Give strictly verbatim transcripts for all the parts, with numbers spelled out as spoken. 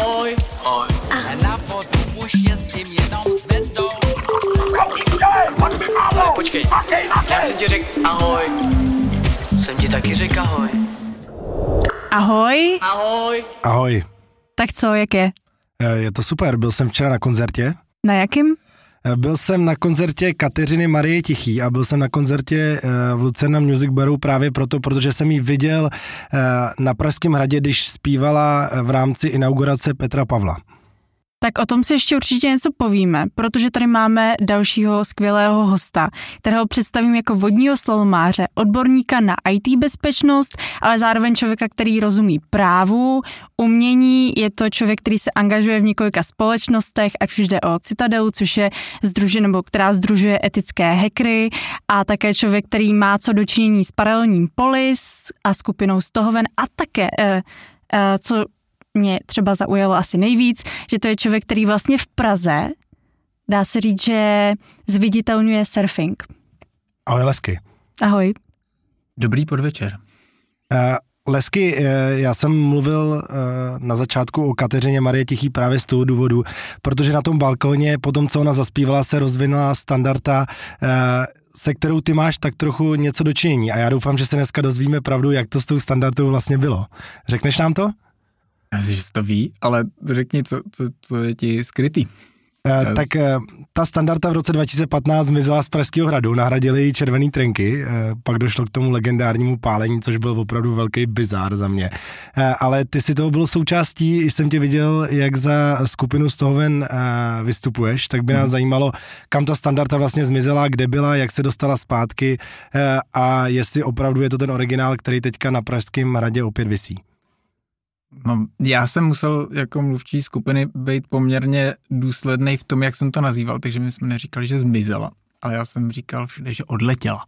Ahoj. Ahoj. Na vodu už jezdím jenom s vendou. Počkej, já jsem ti řekl ahoj. Jsem ti taky řekl ahoj. Ahoj. Ahoj. Ahoj. Tak co, jak je? Je to super, byl jsem včera na koncertě. Na jakým? Byl jsem na koncertě Kateřiny Marie Tichý a byl jsem na koncertě v Lucerna Music Baru právě proto, protože jsem ji viděl na Pražském hradě, když zpívala v rámci inaugurace Petra Pavla. Tak o tom si ještě určitě něco povíme, protože tady máme dalšího skvělého hosta, kterého představím jako vodního slalomáře, odborníka na í té bezpečnost, ale zároveň člověka, který rozumí právu, umění. Je to člověk, který se angažuje v několika společnostech, ať už jde o Citadelu, což je sdružení, nebo která sdružuje etické hackery, a také člověk, který má co dočinění s paralelním Polis a skupinou Stohoven, a také eh, eh, co mě třeba zaujalo asi nejvíc, že to je člověk, který vlastně v Praze, dá se říct, že zviditelňuje surfing. Ahoj, Lesky. Ahoj. Dobrý podvečer. Uh, Lesky, uh, já jsem mluvil uh, na začátku o Kateřině Marie Tichý právě z toho důvodu, protože na tom balkóně, po tom, co ona zaspívala, se rozvinula standarda, uh, se kterou ty máš tak trochu něco dočinění. A já doufám, že se dneska dozvíme pravdu, jak to s tou standardou vlastně bylo. Řekneš nám to? Já si, že to ví, ale řekni, co, co, co je ti skrytý. Uh, tak uh, ta standarda v roce dva tisíce patnáct zmizela z Pražského hradu, nahradili ji červený trenky, uh, pak došlo k tomu legendárnímu pálení, což byl opravdu velký bizár za mě. Uh, ale ty si toho byl součástí, jsem tě viděl, jak za skupinu Stohoven uh, vystupuješ, tak by nás hmm. zajímalo, kam ta standarda vlastně zmizela, kde byla, jak se dostala zpátky uh, a jestli opravdu je to ten originál, který teďka na Pražském hradě opět visí. No, já jsem musel jako mluvčí skupiny být poměrně důslednej v tom, jak jsem to nazýval, takže my jsme neříkali, že zmizela, ale já jsem říkal všude, že odletěla.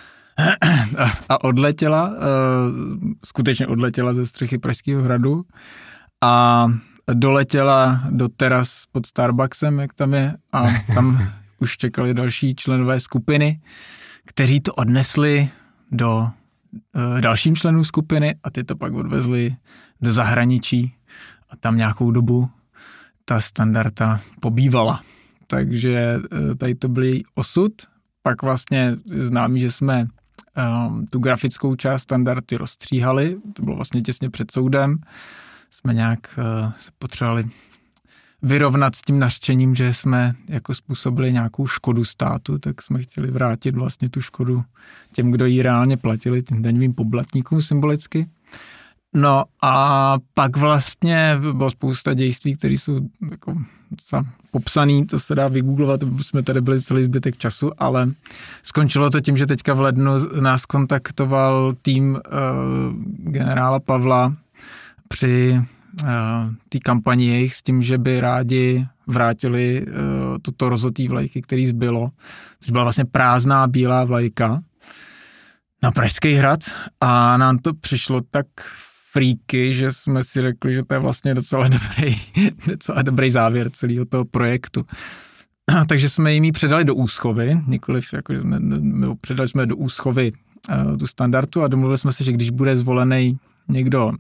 A odletěla, skutečně odletěla ze střechy Pražského hradu a doletěla do teras pod Starbucksem, jak tam je, a tam už čekali další členové skupiny, kteří to odnesli do dalším členům skupiny a ty to pak odvezli do zahraničí a tam nějakou dobu ta standarda pobývala. Takže tady to byl její osud. Pak vlastně známí, že jsme um, tu grafickou část standardy rozstříhali, to bylo vlastně těsně před soudem. Jsme nějak uh, se potřebovali vyrovnat s tím nařčením, že jsme jako způsobili nějakou škodu státu, tak jsme chtěli vrátit vlastně tu škodu těm, kdo ji reálně platili, tím daňovým poplatníkům symbolicky. No a pak vlastně bylo spousta dějství, které jsou jako popsané, to se dá vygooglovat, jsme tady byli celý zbytek času, ale skončilo to tím, že teďka v lednu nás kontaktoval tým uh, generála Pavla při uh, té kampani jejich s tím, že by rádi vrátili uh, toto rozotý vlajky, který zbylo, což byla vlastně prázdná bílá vlajka na Pražský hrad, a nám to přišlo tak freaky, že jsme si řekli, že to je vlastně docela dobrý, docela dobrý závěr celého toho projektu. Takže jsme jim ji předali do úschovy, nikoliv jako, my předali jsme do úschovy uh, tu standardu a domluvili jsme se, že když bude zvolený někdo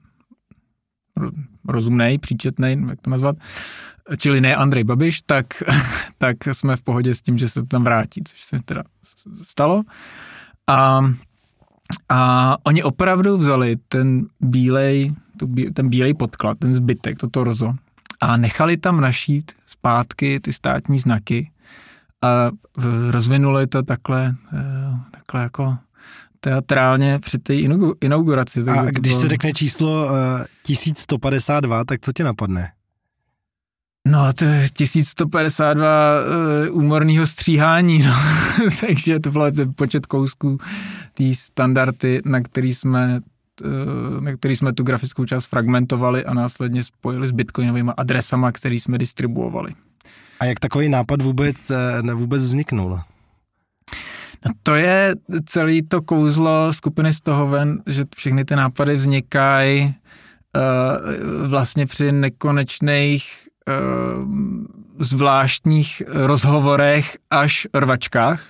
rozumnej, příčetnej, jak to nazvat, čili ne Andrej Babiš, tak, tak jsme v pohodě s tím, že se to tam vrátí, což se teda stalo. A A oni opravdu vzali ten bílej, ten bílej podklad, ten zbytek, to torzo, a nechali tam našít zpátky ty státní znaky a rozvinuli to takhle, takhle jako teatrálně při té inauguraci. A když bylo... se řekne číslo uh, tisíc sto padesát dva, tak co tě napadne? No, to je tisíc sto padesát dva uh, úmorného stříhání, no. Takže to byl počet kousků té standardy, na který jsme uh, na který jsme tu grafickou část fragmentovali a následně spojili s bitcoinovými adresama, který jsme distribuovali. A jak takový nápad vůbec, vůbec vzniknul? No, to je celý to kouzlo skupiny Stohoven, že všechny ty nápady vznikají uh, vlastně při nekonečných zvláštních rozhovorech až rvačkách,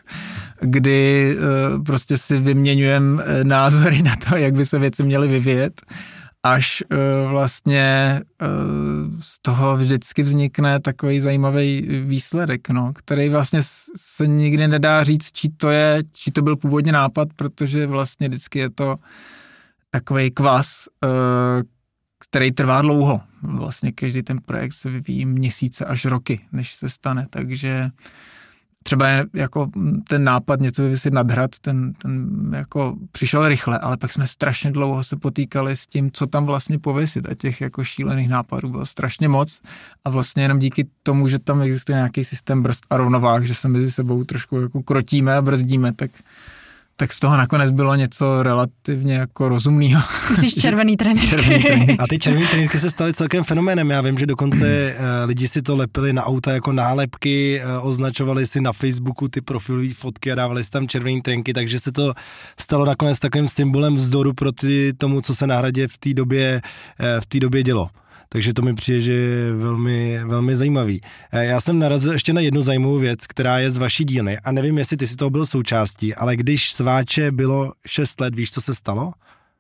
kdy prostě si vyměňujeme názory na to, jak by se věci měly vyvíjet. až uh, vlastně uh, z toho vždycky vznikne takový zajímavý výsledek, no, který vlastně se nikdy nedá říct, či to je, či to byl původně nápad, protože vlastně vždycky je to takovej kvas, uh, který trvá dlouho. Vlastně každý ten projekt se vyvíjí měsíce až roky, než se stane, takže třeba jako ten nápad něco vyvěsit nad hrad, ten, ten jako přišel rychle, ale pak jsme strašně dlouho se potýkali s tím, co tam vlastně pověsit a těch jako šílených nápadů bylo strašně moc a vlastně jenom díky tomu, že tam existuje nějaký systém brzd a rovnovách, že se mezi sebou trošku jako krotíme a brzdíme, tak tak z toho nakonec bylo něco relativně jako rozumného. Myslíš červený tréninky. Červený tréninky. A ty červený tréninky se staly celkem fenoménem. Já vím, že dokonce lidi si to lepili na auta jako nálepky, označovali si na Facebooku ty profilové fotky a dávali si tam červený tréninky, takže se to stalo nakonec takovým symbolem vzdoru proti tomu, co se na hradě v té době, v té době dělo. Takže to mi přijde, že je velmi, velmi zajímavý. Já jsem narazil ještě na jednu zajímavou věc, která je z vaší dílny a nevím, jestli ty si toho byl součástí, ale když Sváče bylo šest let, víš, co se stalo?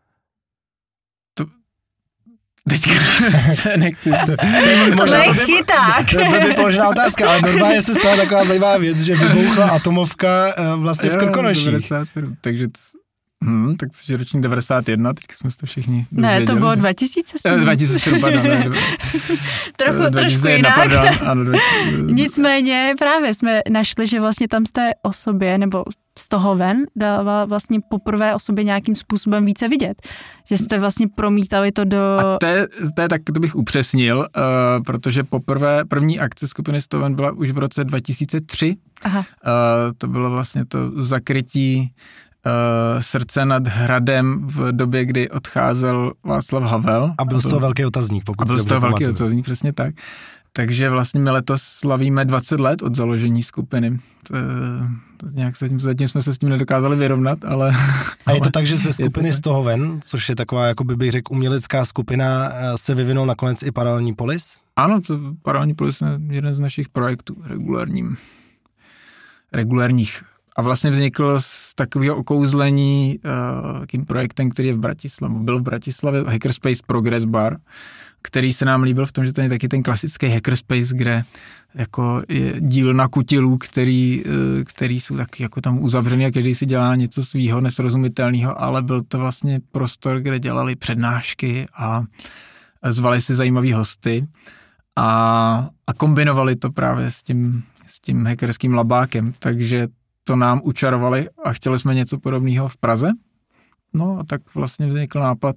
To... Teďka se nechci... To je chyták. To by položená otázka, ale normálně se stala taková zajímavá věc, že vybouchla atomovka vlastně v Krkonoších. devadesát sedm, takže... To... Hmm, tak to je ročník devadesát jedna, teďka jsme si to všichni dozvěděli. Ne, to bylo dva tisíce sedm. dva tisíce sedm, pardon. Ne, trochu, trošku jinak. Pardon, ano, Nicméně právě jsme našli, že vlastně tam z té osobě, nebo z toho ven, dává vlastně poprvé o sobě nějakým způsobem více vidět. Že jste vlastně promítali to do... A to je, to je tak, to bych upřesnil, uh, protože poprvé, první akce skupiny Stoven byla už v roce dva tisíce tři. Aha. Uh, to bylo vlastně to zakrytí Uh, srdce nad hradem v době, kdy odcházel Václav Havel. A byl z toho velký otazník, pokud A byl z toho velký otazník, přesně tak. Takže vlastně my letos slavíme dvacet let od založení skupiny. To, to nějak zatím, zatím jsme se s tím nedokázali vyrovnat, ale... A je to tak, že ze skupiny Z toho ven, což je taková, jakoby bych řekl, umělecká skupina, se vyvinul nakonec i Paralelní polis? Ano, to Paralelní polis je jeden z našich projektů regulárním, regulárních. A vlastně vznikl z takového okouzlení uh, tím projektem, který je v Bratislavě, byl v Bratislavě, Hackerspace Progress Bar, který se nám líbil v tom, že to je taky ten klasický hackerspace, kde jako je dílna kutilů, který, uh, který jsou tak jako tam uzavřený a každý si dělá něco svýho nesrozumitelného, ale byl to vlastně prostor, kde dělali přednášky a zvali si zajímavý hosty a, a kombinovali to právě s tím, s tím hackerským labákem, takže to nám učarovali a chtěli jsme něco podobného v Praze. No a tak vlastně vznikl nápad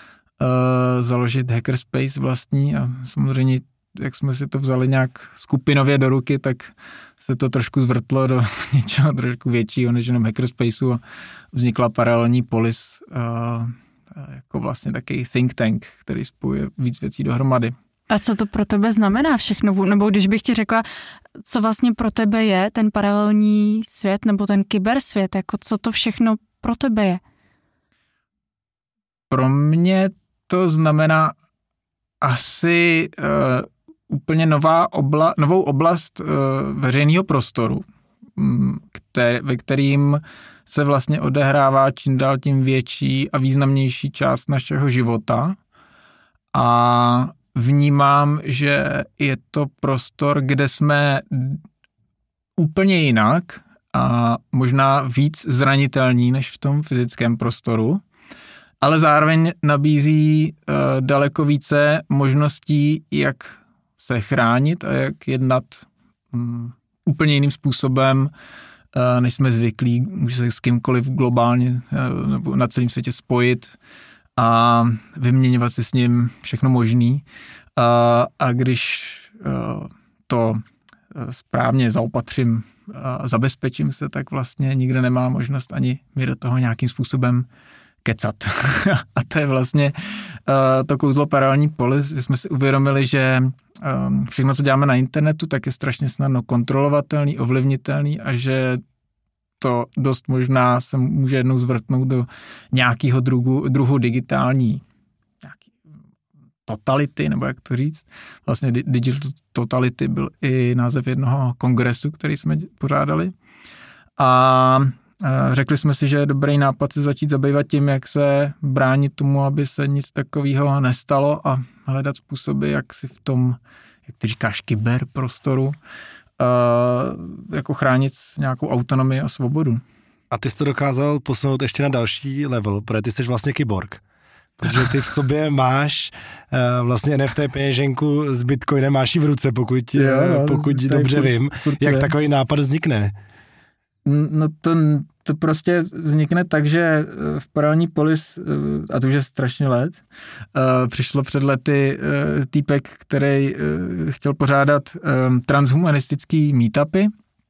uh, založit hackerspace vlastní a samozřejmě, jak jsme si to vzali nějak skupinově do ruky, tak se to trošku zvrtlo do něčeho trošku většího než jenom hackerspaceu a vznikla Paralelní polis uh, jako vlastně takový think tank, který spojuje víc věcí dohromady. A co to pro tebe znamená všechno? Nebo když bych ti řekla, co vlastně pro tebe je ten paralelní svět nebo ten kybersvět, jako co to všechno pro tebe je? Pro mě to znamená asi uh, úplně nová obla, novou oblast uh, veřejného prostoru, který, ve kterým se vlastně odehrává čím dál tím větší a významnější část našeho života a vnímám, že je to prostor, kde jsme úplně jinak a možná víc zranitelní než v tom fyzickém prostoru, ale zároveň nabízí uh, daleko více možností, jak se chránit a jak jednat um, úplně jiným způsobem, uh, než jsme zvyklí. Může se s kýmkoliv globálně uh, nebo na celém světě spojit a vyměňovat si s ním všechno možný. A, a když uh, to správně zaopatřím a zabezpečím se, tak vlastně nikdo nemá možnost ani mi do toho nějakým způsobem kecat. A to je vlastně uh, to kouzlo Paralelní polis. Jsme si uvědomili, že um, všechno, co děláme na internetu, tak je strašně snadno kontrolovatelný, ovlivnitelný a že to dost možná se může jednou zvrtnout do nějakého druhu, druhu digitální nějaký totality, nebo jak to říct. Vlastně Digital Totality byl i název jednoho kongresu, který jsme pořádali. A řekli jsme si, že je dobrý nápad se začít zabývat tím, jak se bránit tomu, aby se nic takového nestalo a hledat způsoby, jak si v tom, jak ty říkáš, kyberprostoru jako chránit nějakou autonomii a svobodu. A ty jsi to dokázal posunout ještě na další level, protože ty jsi vlastně kyborg. Protože ty v sobě máš uh, vlastně N F T peněženku s Bitcoinem, máš ji v ruce, pokud, jo, no, pokud dobře furt, vím, furt jak je. Takový nápad vznikne. No to, to prostě vznikne tak, že v paralelní polis, a to už je strašně let, uh, přišlo před lety uh, týpek, který uh, chtěl pořádat um, transhumanistický meetupy.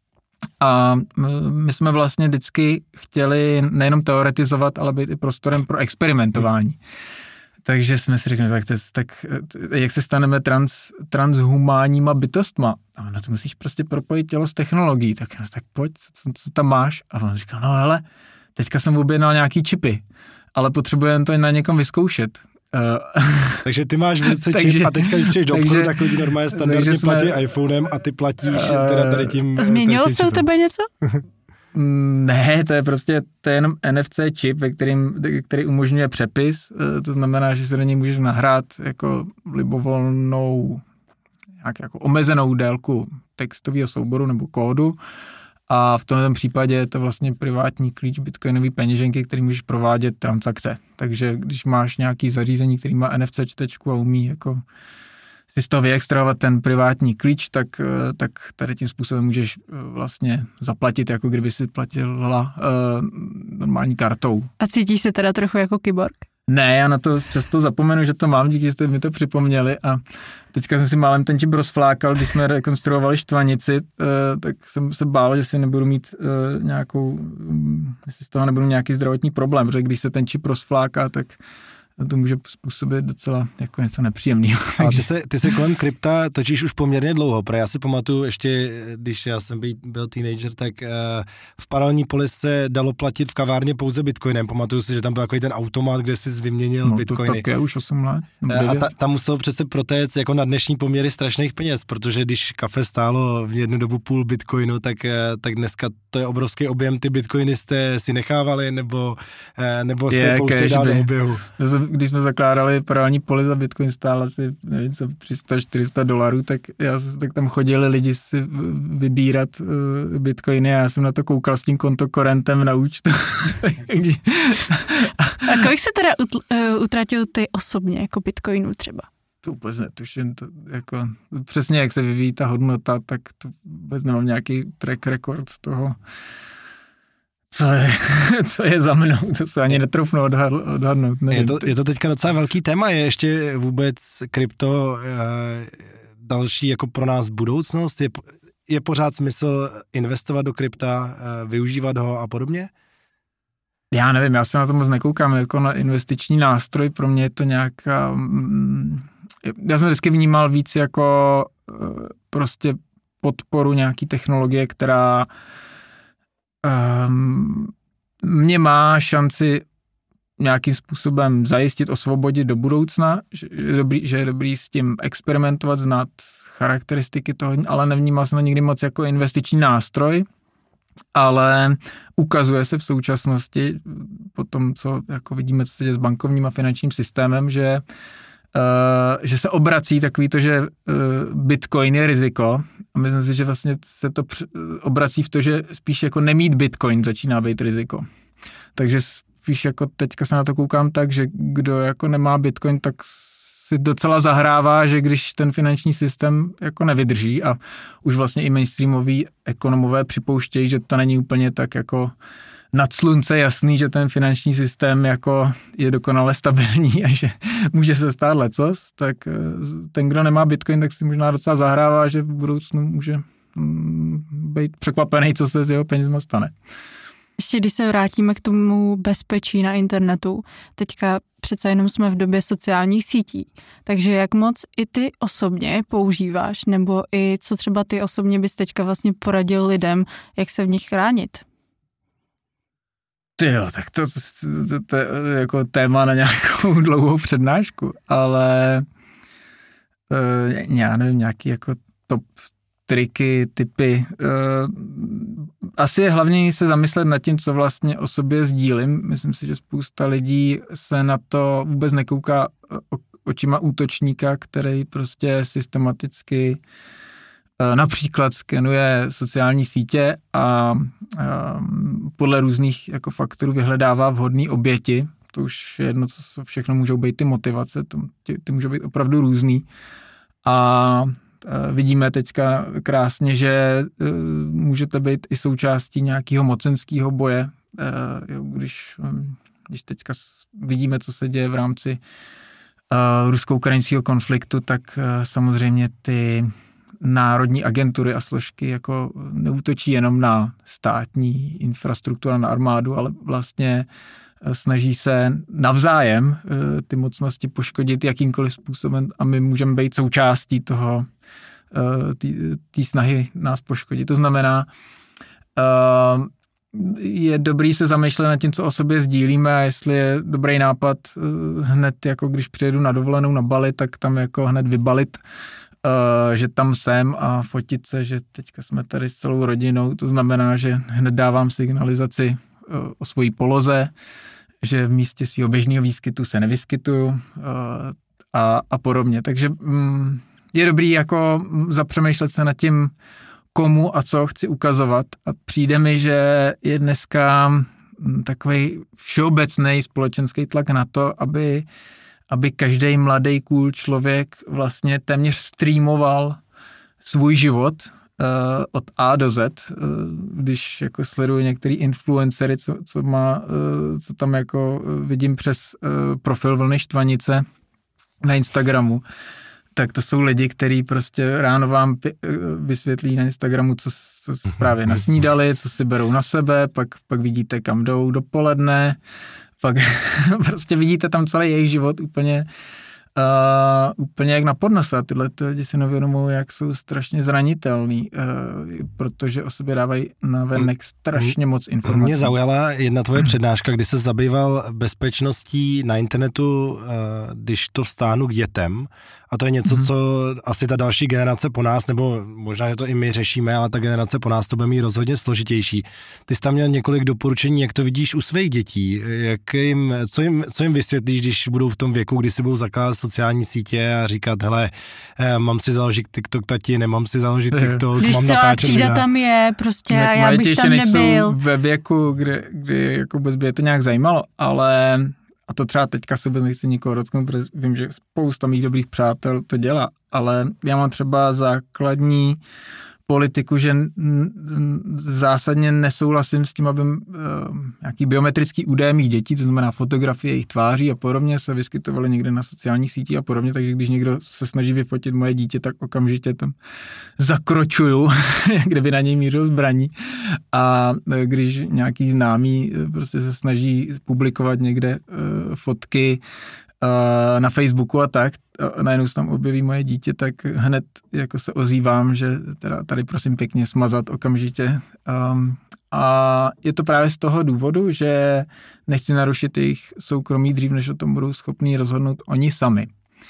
A my jsme vlastně vždycky chtěli nejenom teoretizovat, ale být i prostorem pro experimentování. Takže jsme si řekli, tak, to, tak jak se staneme trans, transhumánníma bytostma? A no to musíš prostě propojit tělo s technologií. Tak, tak pojď, co, co tam máš? A on říkal, no hele, teďka jsem objednal nějaký čipy, ale potřebujeme to na někom vyzkoušet. Uh, takže ty máš v ruce čip a teďka, když přijdeš do obchodu, tak lidi normálně standardně jsme, platí iPhonem a ty platíš uh, teda tady tím. Změnilo se u tebe něco? Ne, to je prostě to je jenom N F C čip, ve kterým, který umožňuje přepis, to znamená, že se do něj můžeš nahrát jako libovolnou, nějak jako omezenou délku textového souboru nebo kódu. A v tomto případě je to vlastně privátní klíč bitcoinový peněženky, který můžeš provádět transakce. Takže když máš nějaký zařízení, který má N F C čtečku a umí jako si z toho vyextrahovat ten privátní klíč, tak, tak tady tím způsobem můžeš vlastně zaplatit, jako kdyby si platila uh, normální kartou. A cítíš se teda trochu jako kyborg? Ne, já na to často zapomenu, že to mám, díky, že jste mi to připomněli a teďka jsem si málem ten čip rozflákal, když jsme rekonstruovali štvanici, uh, tak jsem se bál, že si nebudu mít uh, nějakou, um, jestli z toho nebudu nějaký zdravotní problém, protože když se ten čip rozfláká, tak to může způsobit docela jako něco nepříjemného. A ty se, ty se kolem krypta točíš už poměrně dlouho, protože já si pamatuju ještě, když já jsem byl, byl teenager, tak uh, v paralelní polis se dalo platit v kavárně pouze bitcoinem. Pamatuju si, že tam byl takový ten automat, kde jsi vyměnil no, bitcoiny. To také už osm let. A ta, tam muselo přece protéct jako na dnešní poměry strašných peněz, protože když kafe stálo v jednu dobu půl bitcoinu, tak, tak dneska to je obrovský objem. Ty bitcoiny jste si nechávali, nebo, nebo jste je, pouštěli dál do oběhu? Když jsme zakládali paralelní polis a bitcoin stál asi, nevím co, tři sta čtyři sta dolarů, tak, já, tak tam chodili lidi si vybírat uh, bitcoiny a já jsem na to koukal s tím kontokorentem na účtu. A kolik se teda ut, uh, utratil ty osobně, jako bitcoinů třeba? To vůbec netuším, to jako, přesně jak se vyvíjí ta hodnota, tak to vůbec nemám nějaký track record z toho, Co je, co je za mnou, to se ani netroufnu odhadnout. Je to, je to teďka docela velký téma, je ještě vůbec krypto e, další jako pro nás budoucnost? Je, je pořád smysl investovat do krypta, e, využívat ho a podobně? Já nevím, já se na to moc nekoukám jako na investiční nástroj, pro mě je to nějaká... Já jsem vždycky vnímal víc jako prostě podporu nějaký technologie, která Um, mě má šanci nějakým způsobem zajistit, osvobodit do budoucna, že je dobrý, že je dobrý s tím experimentovat, znát charakteristiky toho, ale nevnímal jsem to nikdy moc jako investiční nástroj, ale ukazuje se v současnosti po tom, co jako vidíme, co se děje s bankovním a finančním systémem, že Uh, že se obrací takový to, že uh, bitcoin je riziko a myslím si, že vlastně se to pr- obrací v to, že spíš jako nemít bitcoin začíná být riziko. Takže spíš jako teďka se na to koukám tak, že kdo jako nemá bitcoin, tak si docela zahrává, že když ten finanční systém jako nevydrží a už vlastně i mainstreamoví ekonomové připouštějí, že to není úplně tak jako nad slunce jasný, že ten finanční systém jako je dokonale stabilní a že může se stát lecos, tak ten, kdo nemá bitcoin, tak si možná docela zahrává, že v budoucnu může být překvapený, co se s jeho penězma stane. Ještě když se vrátíme k tomu bezpečí na internetu, teďka přece jenom jsme v době sociálních sítí, takže jak moc i ty osobně používáš, nebo i co třeba ty osobně bys teďka vlastně poradil lidem, jak se v nich chránit? Jo, tak to, to, to je jako téma na nějakou dlouhou přednášku, ale uh, já nevím, nějaký jako top triky, typy. Asi je hlavně se zamyslet nad tím, co vlastně o sobě sdílím. Myslím si, že spousta lidí se na to vůbec nekouká očima útočníka, který prostě systematicky například skenuje sociální sítě a podle různých jako faktorů vyhledává vhodný oběti. To už je jedno, co všechno můžou být ty motivace, ty, ty můžou být opravdu různý. A vidíme teďka krásně, že můžete být i součástí nějakého mocenského boje. Když, když teďka vidíme, co se děje v rámci rusko-ukrajinského konfliktu, tak samozřejmě ty národní agentury a složky jako neútočí jenom na státní infrastrukturu, na armádu, ale vlastně snaží se navzájem ty mocnosti poškodit jakýmkoliv způsobem a my můžeme být součástí toho, té snahy nás poškodit. To znamená, je dobrý se zamýšlet nad tím, co o sobě sdílíme a jestli je dobrý nápad hned, jako když přijedu na dovolenou na Bali, tak tam jako hned vybalit, že tam jsem a fotit se, že teďka jsme tady s celou rodinou. To znamená, že hned dávám signalizaci o svojí poloze, že v místě svého běžného výskytu se nevyskytuju a, a podobně. Takže mm, je dobrý jako zapřemýšlet se nad tím, komu a co chci ukazovat a přijde mi, že je dneska takový všeobecný společenský tlak na to, aby, aby každý mladý cool člověk vlastně téměř streamoval svůj život uh, od A do Z, uh, když jako sleduju některý influencery, co, co, má, uh, co tam jako vidím přes uh, profil Vlny Štvanice na Instagramu, tak to jsou lidi, kteří prostě ráno vám vysvětlí na Instagramu, co, co právě nasnídali, co si berou na sebe, pak, pak vidíte, kam jdou dopoledne, pak prostě vidíte tam celý jejich život úplně, uh, úplně jak na podnose. A tyhle ty lidi si neuvědomují, jak jsou strašně zranitelný, uh, protože o sobě dávají na venek strašně moc informací. Mě zaujala jedna tvoje přednáška, kdy se zabýval bezpečností na internetu, uh, když to vztáhnu k dětem. A to je něco, mm-hmm. co asi ta další generace po nás, nebo možná, že to i my řešíme, ale ta generace po nás to bude mít rozhodně složitější. Ty jsi tam měl několik doporučení, jak to vidíš u svých dětí. Jak jim, co, jim, co jim vysvětlíš, když budou v tom věku, kdy si budou zakládat sociální sítě a říkat, hele, mám si založit TikTok, tati, nemám si založit TikTok, když mám celá třída videa. Tam je, prostě jak já bych tam nebyl. Ve věku, kdy, kdy jako vůbec by je to nějak zajímalo, ale... A to třeba teďka se vůbec nechci nikoho dotknout, protože vím, že spousta mých dobrých přátel to dělá, ale já mám třeba základní politiku, že zásadně nesouhlasím s tím, aby uh, nějaký biometrický údaje mých dětí, to znamená fotografie jejich tváří a podobně, se vyskytovaly někde na sociálních sítích a podobně, takže když někdo se snaží vyfotit moje dítě, tak okamžitě tam zakročuju, kdyby na něj mířil zbraní. A když nějaký známý prostě se snaží publikovat někde uh, fotky na Facebooku a tak, a najednou se tam objeví moje dítě, tak hned jako se ozývám, že teda tady prosím pěkně smazat okamžitě. Um, a je to právě z toho důvodu, že nechci narušit jejich soukromí dřív, než o tom budou schopní rozhodnout oni sami.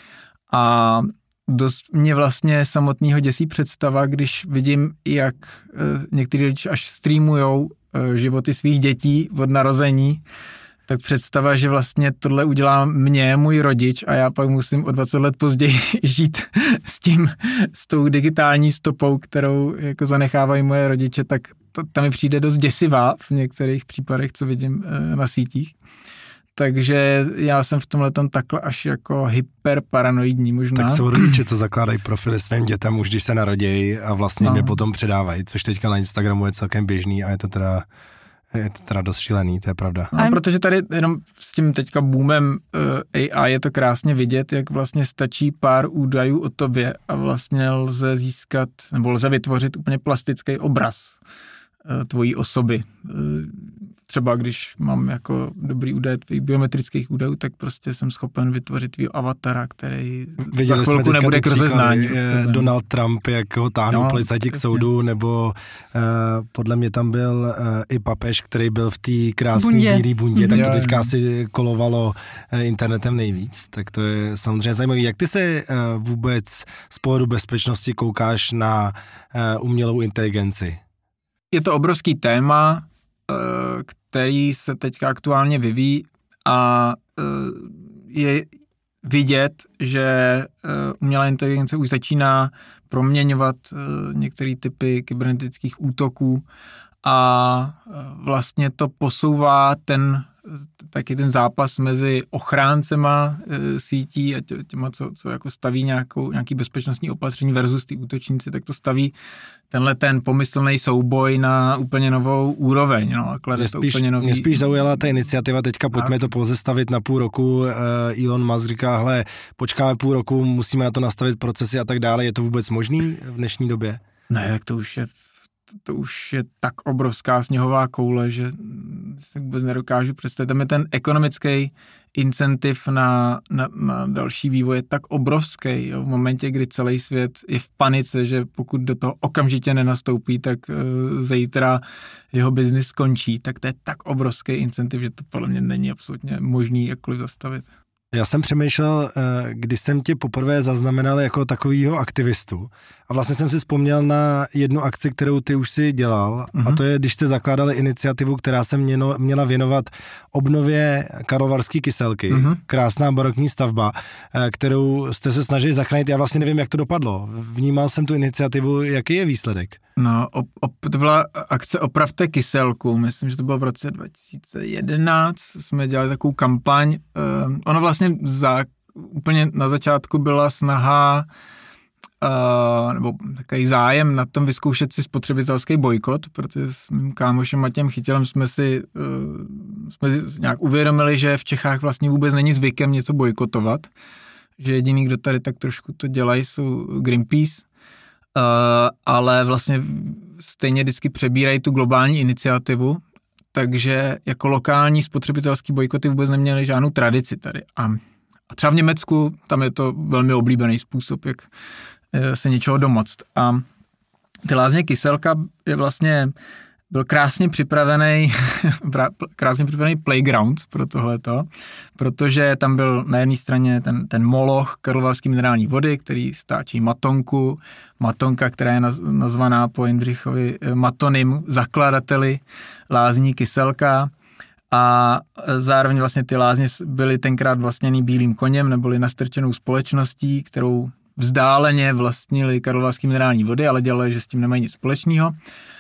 A dost mě vlastně samotného děsí představa, když vidím, jak uh, některý rodiče až streamujou uh, životy svých dětí od narození, tak představa, že vlastně tohle udělá mě, můj rodič a já pak musím o dvacet let později žít s tím, s tou digitální stopou, kterou jako zanechávají moje rodiče, tak to, tam mi přijde dost děsivá v některých případech, co vidím e, na sítích. Takže já jsem v tomhletom takhle až jako hyperparanoidní možná. Tak jsou rodiče, co zakládají profily svým dětem už když se narodějí a vlastně no. mě potom předávají, což teďka na Instagramu je celkem běžný a je to teda... Je to teda dost šílený, to je pravda. No, protože tady jenom s tím teďka boomem uh, A I je to krásně vidět, jak vlastně stačí pár údajů o tobě a vlastně lze získat, nebo lze vytvořit úplně plastický obraz uh, tvojí osoby. Uh, třeba když mám jako dobrý údaj tvých biometrických údajů, tak prostě jsem schopen vytvořit tvýho avatara, který Viděli za chvilku nebude k rozeznání. Donald Trump, jak ho táhnou no, policajti k soudu, nebo uh, podle mě tam byl uh, i papež, který byl v té krásné bílé bundě, tak to teďka asi kolovalo uh, internetem nejvíc, tak to je samozřejmě zajímavé. Jak ty se uh, vůbec z pohledu bezpečnosti koukáš na uh, umělou inteligenci? Je to obrovský téma, který se teďka aktuálně vyvíjí a je vidět, že umělá inteligence už začíná proměňovat některé typy kybernetických útoků a vlastně to posouvá ten taky ten zápas mezi ochráncema e, sítí a tě, těma, co, co jako staví nějakou, nějaký bezpečnostní opatření versus ty útočníci, tak to staví tenhle ten pomyslný souboj na úplně novou úroveň. No, a klade to spíš, úplně nový... Mě spíš zaujala ta iniciativa, teďka pojďme to pozastavit na půl roku. Elon Musk říká, hele, počkáme půl roku, musíme na to nastavit procesy a tak dále. Je to vůbec možný v dnešní době? Ne, jak to už je to už je tak obrovská sněhová koule, že se vůbec nedokážu představit. Tam je ten ekonomický incentiv na, na, na další vývoj je tak obrovský. Jo. V momentě, kdy celý svět je v panice, že pokud do toho okamžitě nenastoupí, tak uh, zítra jeho biznis skončí, tak to je tak obrovský incentiv, že to podle mě není absolutně možný jakkoliv zastavit. Já jsem přemýšlel, když jsem tě poprvé zaznamenal jako takovýho aktivistu a vlastně jsem si vzpomněl na jednu akci, kterou ty už si dělal mm-hmm. a to je, když jste zakládali iniciativu, která se mělo, měla věnovat obnově Karlovarské Kyselky. Mm-hmm. Krásná barokní stavba, kterou jste se snažili zachránit. Já vlastně nevím, jak to dopadlo. Vnímal jsem tu iniciativu, jaký je výsledek? No, op, op, to byla akce Opravte Kyselku, myslím, že to bylo v roce dva tisíce jedenáct, jsme dělali takovou kampaň. Uh, ono vlastně za, úplně na začátku byla snaha, uh, nebo takový zájem na tom vyzkoušet si spotřebitelský bojkot, protože s mým kámošem Matějem Chytilem jsme si, uh, jsme si nějak uvědomili, že v Čechách vlastně vůbec není zvykem něco bojkotovat, že jediný, kdo tady tak trošku to dělají, jsou Greenpeace, Uh, ale vlastně stejně vždycky přebírají tu globální iniciativu, takže jako lokální spotřebitelský bojkoty vůbec neměly žádnou tradici tady. A, a třeba v Německu tam je to velmi oblíbený způsob, jak se něčeho domoct. A ty Lázně Kyselka je vlastně byl krásně připravený, krásně připravený playground pro tohleto, protože tam byl na jedné straně ten, ten moloch karlovarský minerální vody, který stáčí Matonku, Matonka, která je nazvaná po Jindřichovi Matonym, zakladateli lázní Kyselka, a zároveň vlastně ty lázně byly tenkrát vlastněný Bílým koněm, neboli nastrčenou společností, kterou vzdáleně vlastnili karlovarský minerální vody, ale dělali, že s tím nemají nic společného.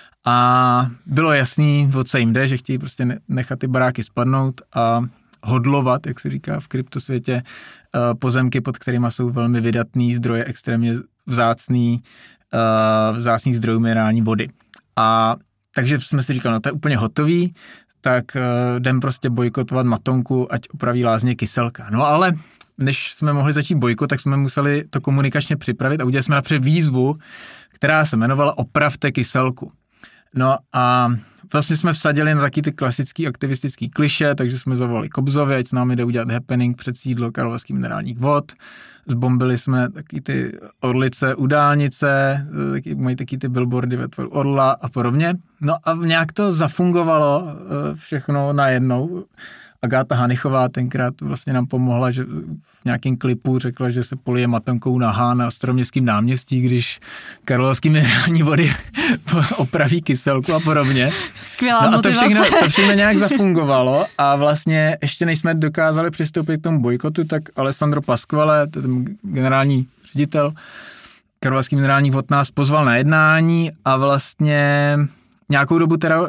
A bylo jasný, o co jim jde, že chtějí prostě nechat ty baráky spadnout a hodlovat, jak se říká v kryptosvětě, pozemky, pod kterými jsou velmi vydatný zdroje, extrémně vzácný, vzácných zdrojů minerální vody. A takže jsme si říkali, no to je úplně hotový, tak jdem prostě bojkotovat Matonku, ať opraví Lázně Kyselka. No ale než jsme mohli začít bojkot, tak jsme museli to komunikačně připravit a udělali jsme napřed výzvu, která se jmenovala Opravte Kyselku. No a vlastně jsme vsadili na taky ty klasický aktivistický kliše, takže jsme zavolali Kobzovi, ať s námi jde udělat happening před sídlo Karlovarských minerálních vod. Zbombili jsme taky ty orlice u dálnice, taky, mají taky ty billboardy ve tvaru orla a podobně. No a nějak to zafungovalo všechno najednou. Agáta Hanichová tenkrát vlastně nám pomohla, že v nějakém klipu řekla, že se polije Matonkou nahá na Staroměstském náměstí, když karlovarský minerální vody opraví Kyselku a podobně. Skvělá no motivace. A to všechno, to všechno nějak zafungovalo a vlastně ještě než jsme dokázali přistoupit k tomu bojkotu, tak Alessandro Pasquale, ten generální ředitel karlovarských minerálních vod, nás pozval na jednání a vlastně nějakou dobu teda uh,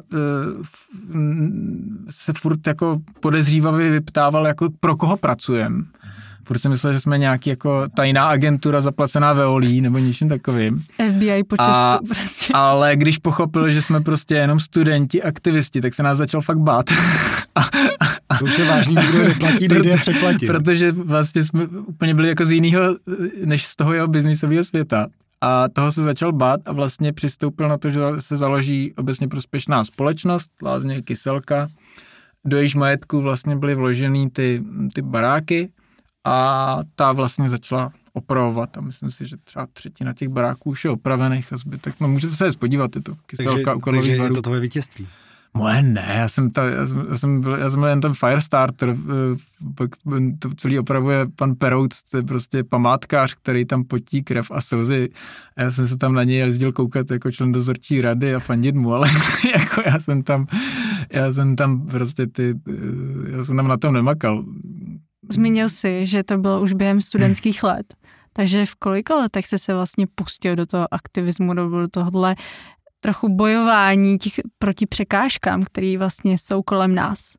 se furt jako podezřívavě vyptával, jako pro koho pracujeme. Furt jsem myslel, že jsme nějaký jako tajná agentura zaplacená Veolí nebo něčím takovým. F B I po Česku a, prostě. Ale když pochopil, že jsme prostě jenom studenti, aktivisti, tak se nás začal fakt bát. a, a, to už je vážný, kdo neplatí, nejde je přeplatit. Protože vlastně jsme úplně byli jako z jiného, než z toho jeho biznisového světa. A toho se začal bát a vlastně přistoupil na to, že se založí obecně prospěšná společnost, Lázně Kyselka, do jejíž majetku vlastně byly vložený ty, ty baráky a ta vlastně začala opravovat a myslím si, že třeba třetina těch baráků už je opravených a zbytek, no můžete se podívat, je to kyselka u Karlových Takže Varů. je to tvoje vítězství. Moje ne, já jsem, ta, já jsem, já jsem, byl, já jsem byl jen ten Firestarter, pak to celý opravuje pan Perout, to je prostě památkář, který tam potí krev a slzy. A já jsem se tam na něj jezdil koukat jako člen dozorčí rady a fandit mu, ale jako já jsem tam, já jsem tam prostě ty, já jsem tam na tom nemakal. Zmínil jsi, že to bylo už během studentských let, takže v kolika letech jsi se vlastně pustil do toho aktivismu, do tohohle trochu bojování těch proti překážkám, které vlastně jsou kolem nás?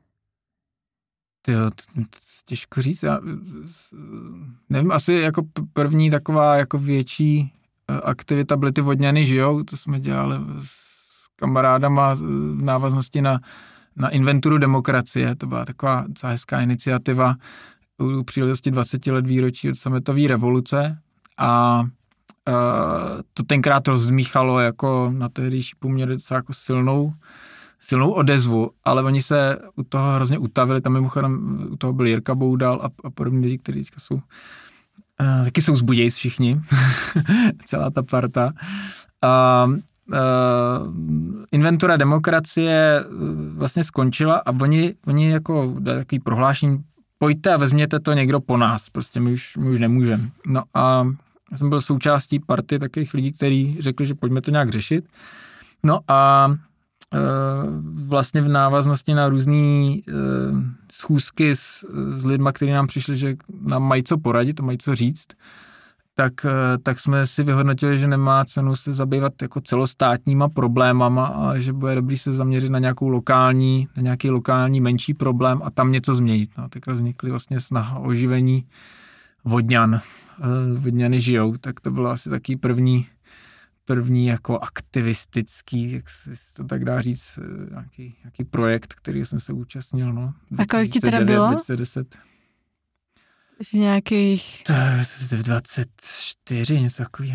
Jo, těžko říct. Já, nevím, asi jako první taková jako větší aktivita byly ty vodňany, že jo? To jsme dělali s kamarádama v návaznosti na, na inventuru demokracie. To byla taková docela hezká iniciativa u příležitosti dvacet let výročí od sametové revoluce a Uh, to tenkrát rozmíchalo jako na tehdejší poměr docela jako silnou, silnou odezvu, ale oni se u toho hrozně utavili, tam mimochodem u toho byl Jirka Boudal a, a podobně lidi, kteří teďka jsou, uh, taky jsou zbudějc všichni, celá ta parta. Uh, uh, inventura demokracie vlastně skončila a oni, oni jako dali takový prohlášení, pojďte a vezměte to někdo po nás, prostě my už, my už nemůžeme. No a já jsem byl součástí party takových lidí, kteří řekli, že pojďme to nějak řešit. No a e, vlastně v návaznosti na různé e, schůzky s, s lidma, kteří nám přišli, že nám mají co poradit a mají co říct, tak, e, tak jsme si vyhodnotili, že nemá cenu se zabývat jako celostátníma problémama a že bude dobrý se zaměřit na nějakou lokální, na nějaký lokální menší problém a tam něco změnit. No, tak vznikly vlastně snaha o oživení vodňan. Vodňany žijou, tak to bylo asi taky první, první jako aktivistický, jak se to tak dá říct, nějaký, nějaký projekt, který jsem se účastnil, no. A kolik ti teda bylo? dvacet deset Nějakých... dvacet čtyři, něco takového.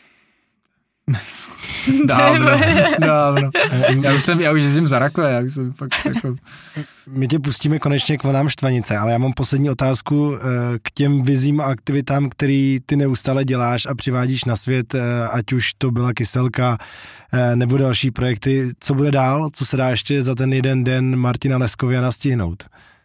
Dávno, dávno. Já už jsem, já už jezdím za rakve, já už jsem fakt jako... My tě pustíme konečně k vlnám Štvanice, ale já mám poslední otázku k těm vizím a aktivitám, který ty neustále děláš a přivádíš na svět, ať už to byla Kyselka nebo další projekty. Co bude dál? Co se dá ještě za ten jeden den Martina Leskoviana stihnout?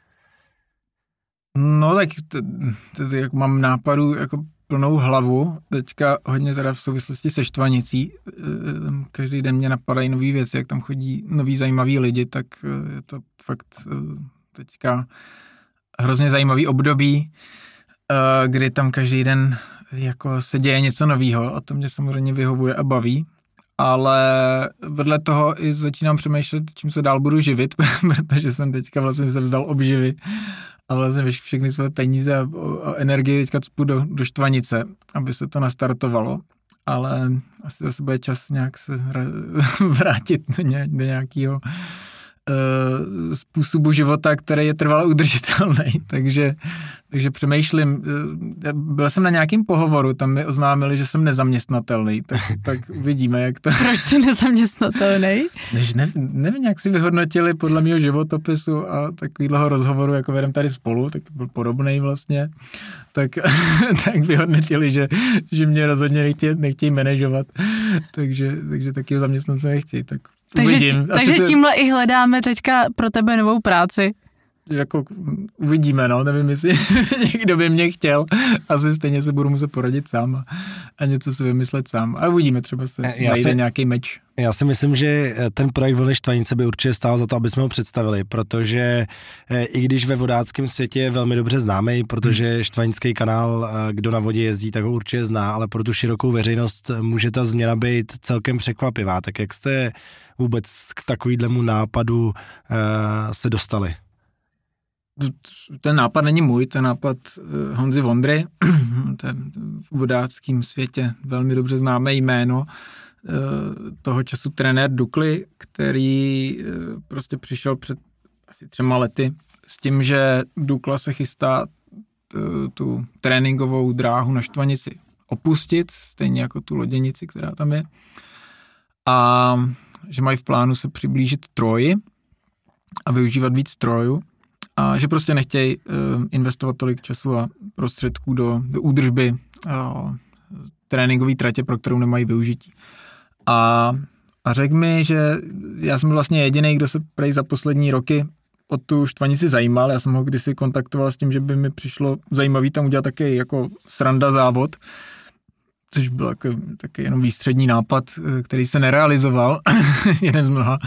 No tak to, to, to, jako mám nápadů jako plnou hlavu, teďka hodně teda v souvislosti se Štvanicí, každý den mě napadají nový věci, jak tam chodí noví zajímaví lidi, tak je to fakt teďka hrozně zajímavý období, kdy tam každý den jako se děje něco novýho a to mě samozřejmě vyhovuje a baví, ale vedle toho i začínám přemýšlet, čím se dál budu živit, protože jsem teďka vlastně se vzdal obživy a vlastně všechny své peníze a, a energii teďka cpu do, do Štvanice, aby se to nastartovalo, ale asi zase bude čas nějak se vrátit do, ně, do nějakého uh, způsobu života, který je trvale udržitelný, takže, takže přemýšlím, byl jsem na nějakém pohovoru, tam mi oznámili, že jsem nezaměstnatelný, tak, tak uvidíme, jak to... Proč jsi nezaměstnatelný? Než ne, nevím, jak si vyhodnotili podle mého životopisu a takovýhleho rozhovoru, jako vedem tady spolu, tak byl podobnej vlastně, tak, tak vyhodnotili, že, že mě rozhodně nechtějí, nechtějí manažovat, takže, takže taky zaměstnance nechtějí, tak takže, uvidím. Takže se... tímhle i hledáme teďka pro tebe novou práci. Jako uvidíme, no, nevím, jestli někdo by mě chtěl, asi stejně se budu muset poradit sám a, a něco si vymyslet sám. A uvidíme, třeba se já najde si, nějaký meč. Já si myslím, že ten projekt Vlny Štvanice by určitě stál za to, aby jsme ho představili, protože i když ve vodáckém světě je velmi dobře známý, protože Štvanický kanál, kdo na vodě jezdí, tak ho určitě zná, ale pro tu širokou veřejnost může ta změna být celkem překvapivá. Tak jak jste vůbec k takovýhlemu nápadu uh, se dostali? Ten nápad není můj, ten nápad Honzy Vondry, to je v vodáckém světě velmi dobře známé jméno, toho času trenér Dukly, který prostě přišel před asi třema lety s tím, že Dukla se chystá tu tréninkovou dráhu na Štvanici opustit, stejně jako tu loděnici, která tam je, a že mají v plánu se přiblížit Troji a využívat víc strojů a že prostě nechtějí investovat tolik času a prostředků do, do údržby tréninkové tratě, pro kterou nemají využití. A, a řekl mi, že já jsem vlastně jediný, kdo se prej za poslední roky o tu štvanici zajímal. Já jsem ho kdysi kontaktoval s tím, že by mi přišlo zajímavý tam udělat taky jako sranda závod, což byl taky, taky jenom výstřední nápad, který se nerealizoval, jeden z mnoha.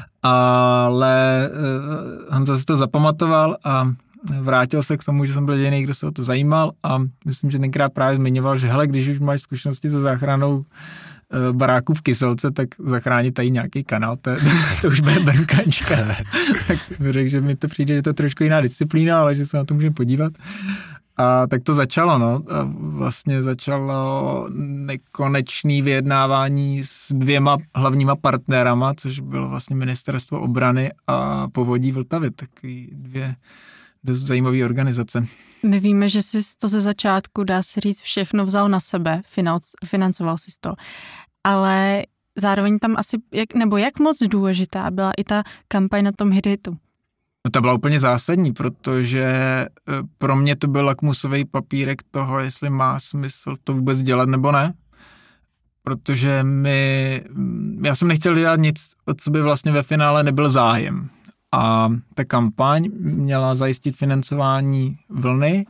Ale Honza si to zapamatoval a vrátil se k tomu, že jsem byl jediný, kdo se o to zajímal a myslím, že tenkrát právě zmiňoval, že hele, když už máš zkušenosti se záchranou baráků v Kyselce, tak zachránit tady nějaký kanál, to, to už bude brnkačka. Tak jsem řekl, že mi to přijde, že to je trošku jiná disciplína, ale že se na to můžeme podívat. A tak to začalo, no. A vlastně začalo nekonečné vyjednávání s dvěma hlavníma partnerama, což bylo vlastně Ministerstvo obrany a Povodí Vltavy, takový dvě dost zajímavé organizace. My víme, že jsi to ze začátku, dá se říct, všechno vzal na sebe, financoval jsi to, ale zároveň tam asi, jak, nebo jak moc důležitá byla i ta kampaň na tom hitu? No to byla úplně zásadní, protože pro mě to byl lakmusový papírek toho, jestli má smysl to vůbec dělat nebo ne. Protože my, já jsem nechtěl dělat nic, od co by vlastně ve finále nebyl zájem. A ta kampaň měla zajistit financování vlny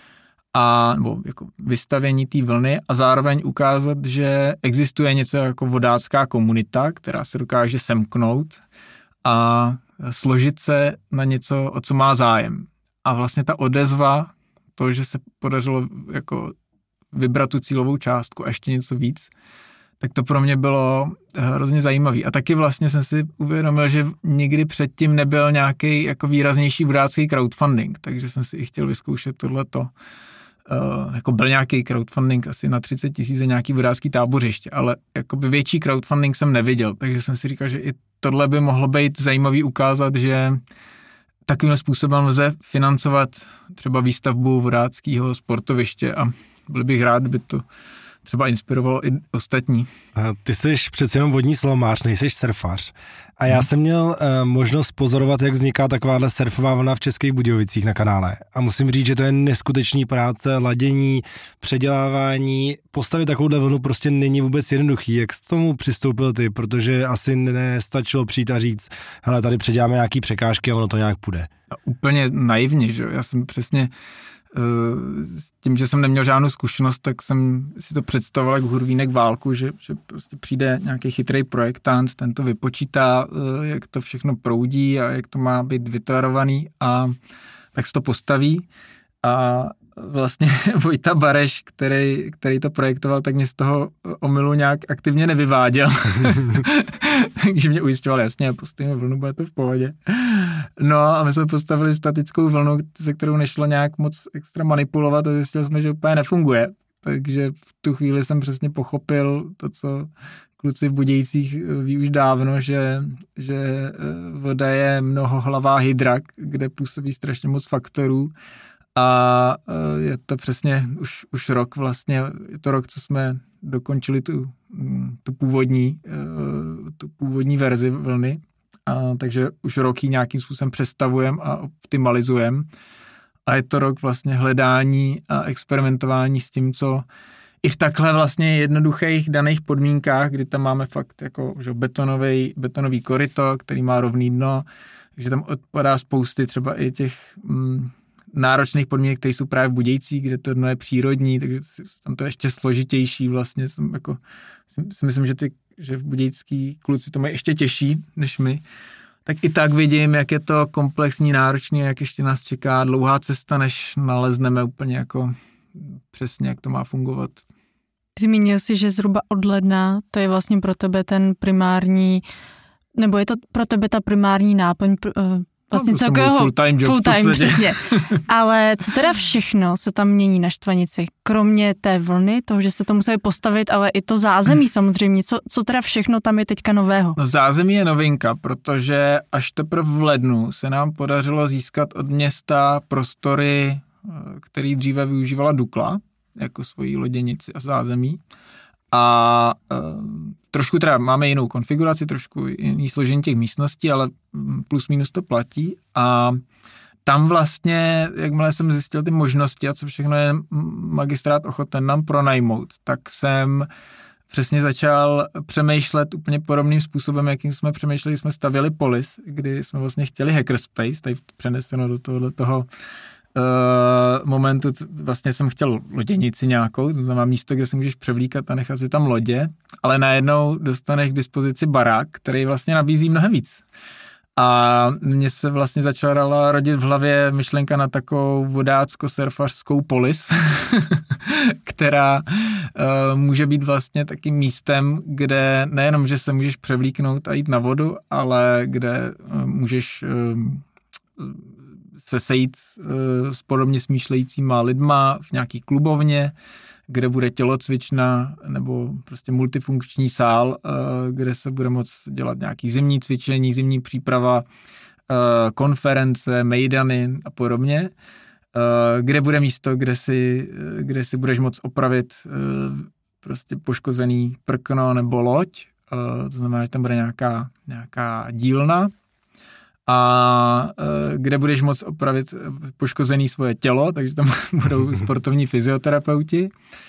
a nebo jako vystavění té vlny a zároveň ukázat, že existuje něco jako vodácká komunita, která se dokáže semknout a složit se na něco, o co má zájem. A vlastně ta odezva, to, že se podařilo jako vybrat tu cílovou částku a ještě něco víc, tak to pro mě bylo hrozně zajímavý. A taky vlastně jsem si uvědomil, že nikdy předtím nebyl nějaký jako výraznější vodácký crowdfunding, takže jsem si i chtěl vyzkoušet tohleto. Uh, jako byl nějaký crowdfunding asi na třicet tisíc za nějaký vodácký tábořiště, ale jakoby větší crowdfunding jsem neviděl, takže jsem si říkal, že i tohle by mohlo být zajímavý ukázat, že takovým způsobem lze financovat třeba výstavbu vodáckého sportoviště a byl bych rád, kdyby to třeba inspirovalo i ostatní. Ty jsi přeci jenom vodní slalomář, nejseš surfař. A já hmm. jsem měl uh, možnost pozorovat, jak vzniká takováhle surfová vlna v Českých Budějovicích na kanále. A musím říct, že to je neskutečný práce, ladění, předělávání. Postavit takovouhle vlnu prostě není vůbec jednoduchý. Jak k tomu přistoupil ty? Protože asi nestačilo přijít a říct, hele, tady předěláme nějaký překážky a ono to nějak půjde. A úplně naivně, že já jsem přesně s tím, že jsem neměl žádnou zkušenost, tak jsem si to představoval jako hurvínek válku, že, že prostě přijde nějaký chytrý projektant, ten to vypočítá, jak to všechno proudí a jak to má být vytvarovaný a tak se to postaví a vlastně Vojta Bareš, který, který to projektoval, tak mě z toho omylu nějak aktivně nevyváděl. Takže mě ujišťoval, jasně, postavíme vlnu, bude to v pohodě. No a my jsme postavili statickou vlnu, se kterou nešlo nějak moc extra manipulovat a zjistili jsme, že úplně nefunguje. Takže v tu chvíli jsem přesně pochopil to, co kluci v Budějcích ví už dávno, že, že voda je mnohohlavá hydra, kde působí strašně moc faktorů. A je to přesně už, už rok vlastně, je to rok, co jsme dokončili tu, tu, původní, tu původní verzi vlny, a takže už rok ji nějakým způsobem přestavujeme a optimalizujeme. A je to rok vlastně hledání a experimentování s tím, co i v takhle vlastně jednoduchých daných podmínkách, kdy tam máme fakt jako že betonový, betonový koryto, který má rovný dno, takže tam odpadá spousty třeba i těch mm, náročných podmínek, které jsou právě v Budějcích, kde to dno je přírodní, takže tam to je ještě složitější vlastně. Jsem jako, si myslím, že, ty, že v budějský kluci to mají ještě těžší než my. Tak i tak vidím, jak je to komplexní, náročný, jak ještě nás čeká dlouhá cesta, než nalezneme úplně jako přesně, jak to má fungovat. Zmínil jsi, že zhruba od ledna to je vlastně pro tebe ten primární, nebo je to pro tebe ta primární náplň vlastně no, celkového full time job. Full time, přesně. Ale co teda všechno se tam mění na Štvanici? Kromě té vlny, toho, že se to museli postavit, ale i to zázemí samozřejmě. Co, co teda všechno tam je teďka nového? No, zázemí je novinka, protože až teprve v lednu se nám podařilo získat od města prostory, který dříve využívala Dukla jako svoji loděnici a zázemí. A trošku teda máme jinou konfiguraci, trošku jiný složení těch místností, ale plus minus to platí a tam vlastně, jakmile jsem zjistil ty možnosti a co všechno je magistrát ochoten nám pronajmout, tak jsem přesně začal přemýšlet úplně podobným způsobem, jakým jsme přemýšleli, jsme stavěli Polis, kdy jsme vlastně chtěli hackerspace, tady přeneseno do tohohle toho uh, momentu, vlastně jsem chtěl loděnici nějakou, to znamená místo, kde si můžeš převlíkat a nechat si tam lodě, ale najednou dostaneš k dispozici barák, který vlastně nabízí mnohem víc. A mně se vlastně začala rodit v hlavě myšlenka na takovou vodácko-surfařskou Polis, která uh, může být vlastně takým místem, kde nejenom, že se můžeš převlíknout a jít na vodu, ale kde uh, můžeš uh, se sejít uh, s podobně smýšlejícíma lidma v nějaký klubovně, kde bude tělocvična nebo prostě multifunkční sál, kde se bude moct dělat nějaký zimní cvičení, zimní příprava, konference, mejdany a podobně, kde bude místo, kde si, kde si budeš moct opravit prostě poškozený prkno nebo loď, to znamená, že tam bude nějaká, nějaká dílna, a kde budeš moct opravit poškozený svoje tělo, takže tam budou sportovní fyzioterapeuti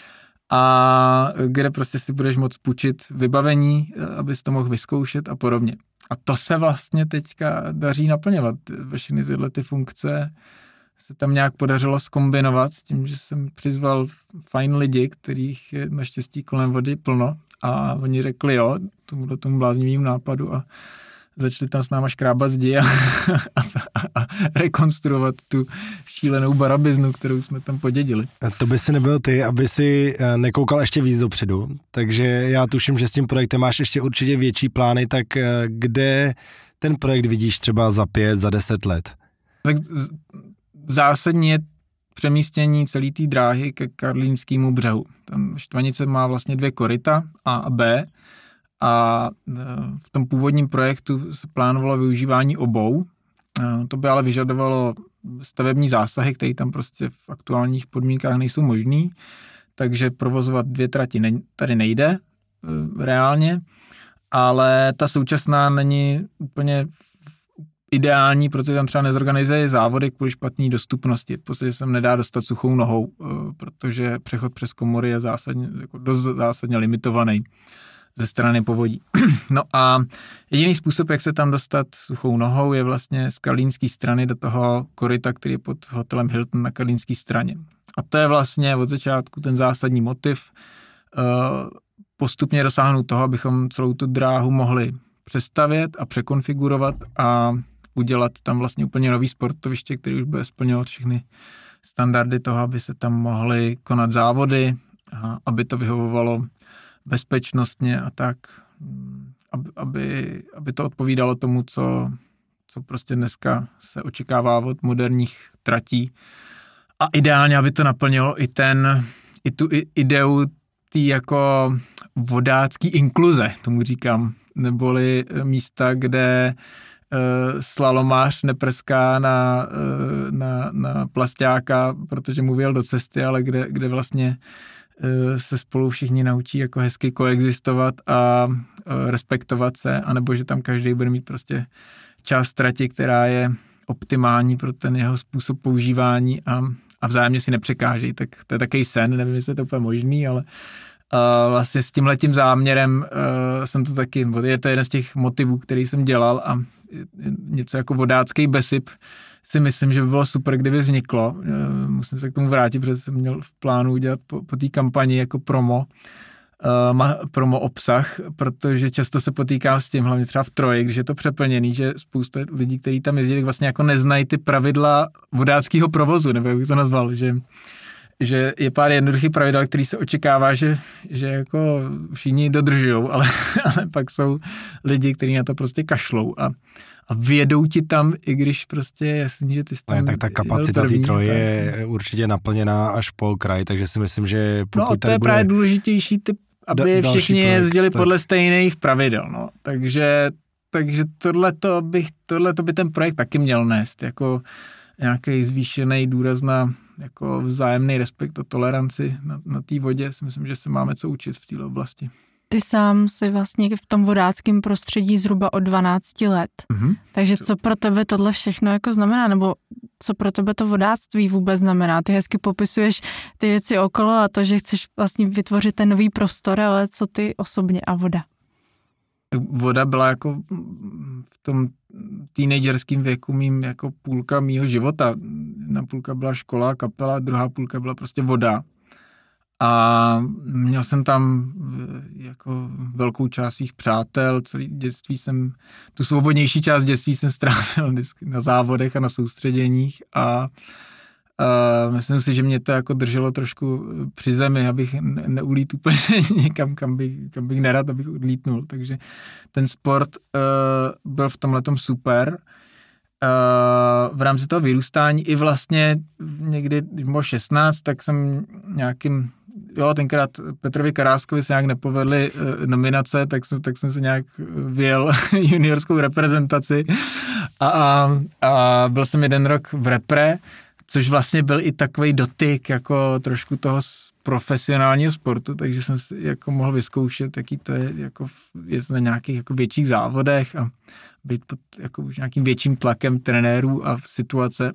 a kde prostě si budeš moct půjčit vybavení, abys to mohl vyzkoušet a podobně. A to se vlastně teďka daří naplňovat. Všechny tyhle ty funkce se tam nějak podařilo zkombinovat s tím, že jsem přizval fajn lidi, kterých je naštěstí kolem vody plno a oni řekli jo, tomuhle tomu bláznivým nápadu a začali tam s náma škrábat zdi a, a, a, a rekonstruovat tu šílenou barabiznu, kterou jsme tam podědili. A to by si nebyl ty, aby si nekoukal ještě víc dopředu, takže já tuším, že s tím projektem máš ještě určitě větší plány, tak kde ten projekt vidíš třeba za pět, za deset let? Tak zásadní je přemístění celé té dráhy ke Karlínskému břehu. Tam Štvanice má vlastně dvě koryta, A a B, a v tom původním projektu se plánovalo využívání obou. To by ale vyžadovalo stavební zásahy, které tam prostě v aktuálních podmínkách nejsou možný, takže provozovat dvě trati tady nejde reálně, ale ta současná není úplně ideální, protože tam třeba nezorganizuje závody kvůli špatné dostupnosti. V podstatě se nedá dostat suchou nohou, protože přechod přes komory je zásadně, jako dost zásadně limitovaný ze strany povodí. No a jediný způsob, jak se tam dostat suchou nohou, je vlastně z karlínské strany do toho koryta, který je pod hotelem Hilton na karlínské straně. A to je vlastně od začátku ten zásadní motiv postupně dosáhnout toho, abychom celou tu dráhu mohli přestavět a překonfigurovat a udělat tam vlastně úplně nový sportoviště, který už bude splňovat všechny standardy toho, aby se tam mohly konat závody, a aby to vyhovovalo bezpečnostně a tak, aby, aby, aby to odpovídalo tomu, co, co prostě dneska se očekává od moderních tratí. A ideálně, aby to naplnilo i ten, i tu ideu tý jako vodácký inkluze, tomu říkám, neboli místa, kde uh, slalomář neprská na, uh, na, na plasťáka, protože mu vyjel do cesty, ale kde, kde vlastně se spolu všichni naučí jako hezky koexistovat a respektovat se, anebo že tam každý bude mít prostě část trati, která je optimální pro ten jeho způsob používání a, a vzájemně si nepřekáží. Tak to je takový sen, nevím, jestli je to úplně možný, ale uh, vlastně s tímhletím záměrem uh, jsem to taky, je to jeden z těch motivů, který jsem dělal a něco jako vodácký besip si myslím, že by bylo super, kdyby vzniklo. Musím se k tomu vrátit, protože jsem měl v plánu udělat po, po té kampani jako promo, uh, promo obsah, protože často se potýkám s tím, hlavně třeba v Troji, když je to přeplněný, že spousta lidí, kteří tam jezdí, vlastně jako neznají ty pravidla vodáckého provozu, nebo jak bych to nazval, že, že je pár jednoduchých pravidel, který se očekává, že, že jako všichni dodržujou, ale, ale pak jsou lidi, kteří na to prostě kašlou a a vědou ti tam, i když prostě je jasný, že ty jsi tam... Ne, tak ta kapacita té Troje je určitě naplněná až po kraj, takže si myslím, že pokud no, to je bude... právě důležitější typ, aby da, všichni projekt, jezdili tak... podle stejných pravidel, no. Takže, takže tohleto, bych, tohleto by ten projekt taky měl nést, jako nějaký zvýšený důraz na jako vzájemný respekt a toleranci na, na té vodě. Si myslím, že se máme co učit v této oblasti. Ty sám si vlastně v tom vodáckém prostředí zhruba od dvanácti let. Mm-hmm. Takže co pro tebe tohle všechno jako znamená, nebo co pro tebe to vodáctví vůbec znamená? Ty hezky popisuješ ty věci okolo a to, že chceš vlastně vytvořit ten nový prostor, ale co ty osobně a voda? Voda byla jako v tom teenagerském věku mým jako půlka mýho života. Jedna půlka byla škola, kapela, druhá půlka byla prostě voda. A měl jsem tam jako velkou část svých přátel, celý dětství jsem, tu svobodnější část dětství jsem strávil na závodech a na soustředěních a, a myslím si, že mě to jako drželo trošku při zemi, abych ne, neulít úplně někam, kam bych, kam bych nerad, abych odlítnul, takže ten sport uh, byl v tomhletom super. Uh, v rámci toho vyrůstání i vlastně někdy, když bylo šestnáct, tak jsem nějakým, jo, tenkrát Petrovi Karáskovi se nějak nepovedly uh, nominace, tak jsem, tak jsem se nějak vyjel juniorskou reprezentaci a, a, a byl jsem jeden rok v repre, což vlastně byl i takovej dotyk jako trošku toho profesionálního sportu, takže jsem si jako mohl vyzkoušet, jaký to je jako jezdit na nějakých jako větších závodech a být pod jako už nějakým větším tlakem trenérů a situace.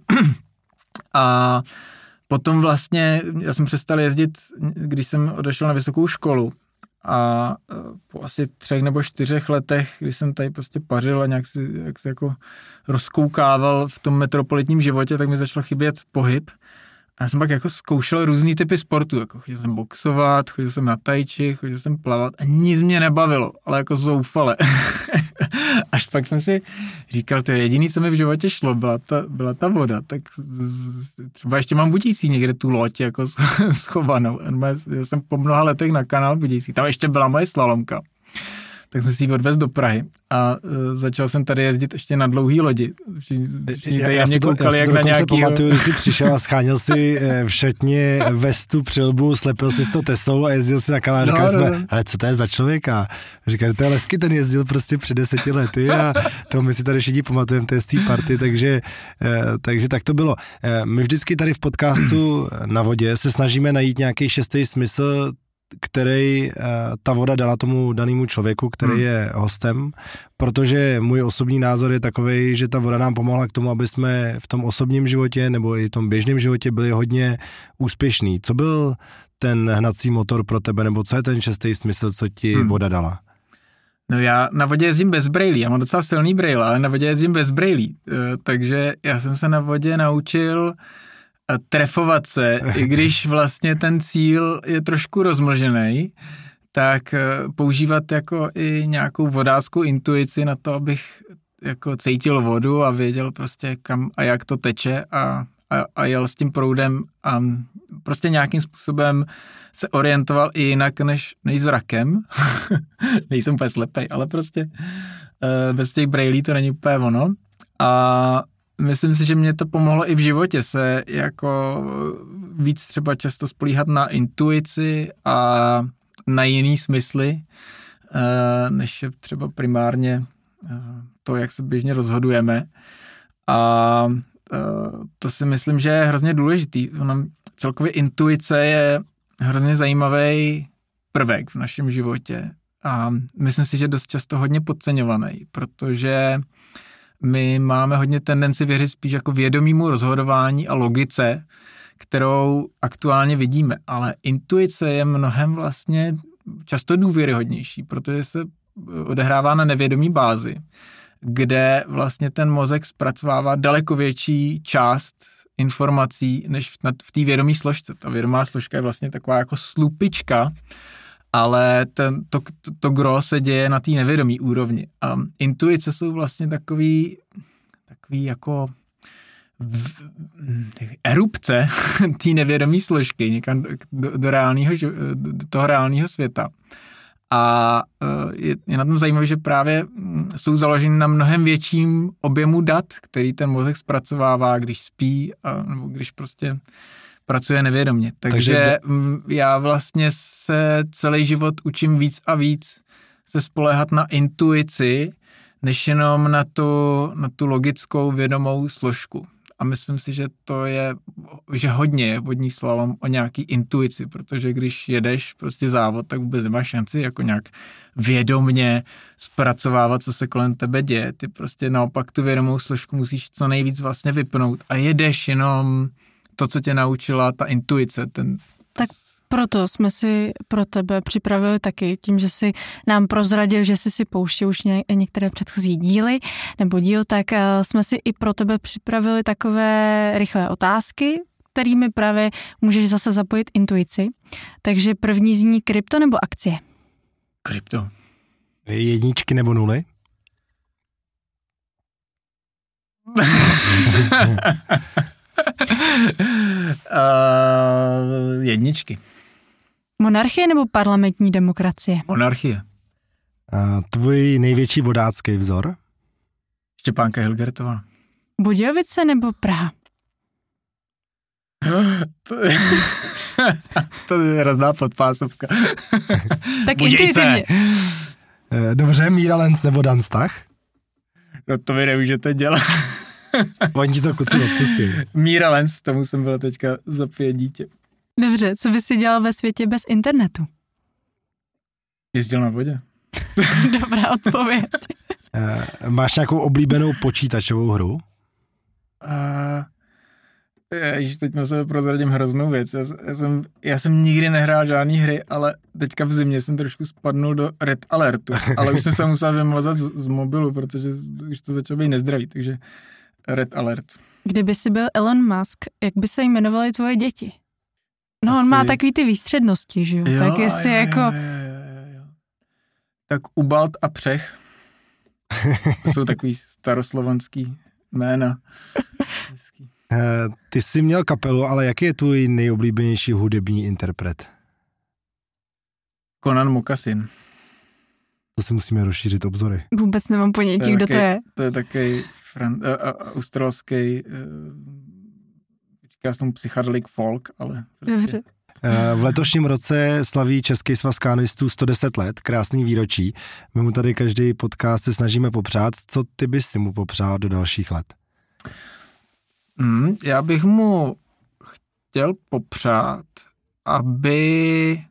A potom vlastně já jsem přestal jezdit, když jsem odešel na vysokou školu a po asi třech nebo čtyřech letech, kdy jsem tady prostě pařil a nějak si, jak si jako rozkoukával v tom metropolitním životě, tak mi začalo chybět pohyb. A já jsem pak jako zkoušel různý typy sportu, jako chodil jsem boxovat, chodil jsem na tai chi, chodil jsem plavat a nic mě nebavilo, ale jako zoufale. Až pak jsem si říkal, to je jediný, co mi v životě šlo, byla ta, byla ta voda, tak třeba ještě mám Budějící někde tu loď jako schovanou. Já jsem po mnoha letech na kanál Budějící, tam ještě byla moje slalomka. Tak jsem si ji odvez do Prahy a uh, začal jsem tady jezdit ještě na dlouhý lodi. Všichni tady já, já mě koukali jak na nějaký... pamatuju, když jsi přišel a scháněl si v šatně vestu, přilbu, slepil si s to tesou a jezdil si na kanál a říkali no, jsme, no. Ale co to je za člověka? Říkali, to je Lesky, ten jezdil prostě před deseti lety a to my si tady všichni pamatujeme, to je z té party, takže, takže tak to bylo. My vždycky tady v podcastu Na vodě se snažíme najít nějaký šestý smysl, který uh, ta voda dala tomu danému člověku, který hmm. je hostem, protože můj osobní názor je takovej, že ta voda nám pomohla k tomu, aby jsme v tom osobním životě nebo i v tom běžném životě byli hodně úspěšní. Co byl ten hnací motor pro tebe, nebo co je ten šestý smysl, co ti hmm. voda dala? No já na vodě jezdím bez brejlí, já mám docela silný brejle, ale na vodě jezdím bez brejlí, uh, takže já jsem se na vodě naučil trefovat se, i když vlastně ten cíl je trošku rozmlžený, tak používat jako i nějakou vodáckou intuici na to, abych jako cítil vodu a věděl prostě kam a jak to teče a, a, a jel s tím proudem a prostě nějakým způsobem se orientoval i jinak než, než zrakem. Nejsem úplně slepej, ale prostě bez těch brejlí to není úplně ono. A myslím si, že mě to pomohlo i v životě se jako víc třeba často spolíhat na intuici a na jiný smysly, než je třeba primárně to, jak se běžně rozhodujeme. A to si myslím, že je hrozně důležitý. Ono, celkově intuice je hrozně zajímavý prvek v našem životě. A myslím si, že dost často hodně podceňovaný, protože my máme hodně tendenci věřit spíš jako vědomímu rozhodování a logice, kterou aktuálně vidíme. Ale intuice je mnohem vlastně často důvěryhodnější, protože se odehrává na nevědomí bázi, kde vlastně ten mozek zpracovává daleko větší část informací, než v té vědomí složce. Ta vědomá složka je vlastně taková jako slupička, ale ten, to, to, to gro se děje na té nevědomí úrovni. A intuice jsou vlastně takový, takový jako v, erupce té nevědomí složky někam do, do, reálního, do toho reálního světa. A je, je na tom zajímavé, že právě jsou založeny na mnohem větším objemu dat, který ten mozek zpracovává, když spí a, nebo když prostě pracuje nevědomě. Takže, Takže já vlastně se celý život učím víc a víc se spoléhat na intuici, než jenom na tu, na tu logickou vědomou složku. a myslím si, že to je, že hodně je vodní slalom o nějaký intuici, protože když jedeš prostě závod, tak vůbec nemáš šanci jako nějak vědomně zpracovávat, co se kolem tebe děje. Ty prostě naopak tu vědomou složku musíš co nejvíc vlastně vypnout a jedeš jenom to, co tě naučila ta intuice. Ten, tak proto jsme si pro tebe připravili taky, tím, že si nám prozradil, že jsi si pouštěl už ně, některé předchozí díly nebo díl, tak uh, jsme si i pro tebe připravili takové rychlé otázky, kterými právě můžeš zase zapojit intuici. Takže první zní krypto nebo akcie? Krypto. Jedničky nebo nuly? uh, jedničky. Monarchie nebo parlamentní demokracie? Monarchie. Uh, tvůj největší vodácký vzor? Štěpánka Hilgertová. Budějovice nebo Praha? to, je, to je hrozná podpásovka. Tak intuitivně. Uh, dobře, Míra Lenz nebo Dan Stach? No to vy nemůžete dělat. Oni ti to kluci odpustí. Míra Lenz, tomu jsem byl teďka za pět dítě. Dobře, co bys si dělal ve světě bez internetu? Jezdil na vodě. Dobrá odpověď. Uh, máš nějakou oblíbenou počítačovou hru? Uh, ježiš, teď na sebe prozradím hroznou věc. Já, já, jsem, já jsem nikdy nehrál žádný hry, ale teďka v zimě jsem trošku spadnul do Red Alertu, ale už jsem se musel vymazat z, z mobilu, protože už to začalo být nezdravý, takže Red Alert. Kdyby jsi byl Elon Musk, jak by se jmenovaly tvoje děti? No, Asi... on má takový ty výstřednosti, že jo? jo tak jestli jo, jako... Jo, jo, jo. Tak Ubald a Přech. To jsou takový staroslovanský jména. Uh, ty jsi měl kapelu, ale jaký je tvůj nejoblíbenější hudební interpret? Conan Moccasin. To si musíme rozšířit obzory. Vůbec nemám ponětí, kdo to je. To je takový fran, uh, uh, australský, uh, říká se tomu psychedelic folk, ale... Prostě. Dobře. V letošním roce slaví Český svaz kánistů sto deset let, krásný výročí. My mu tady každý podcast se snažíme popřát. Co ty bys si mu popřál do dalších let? Hmm, já bych mu chtěl popřát, aby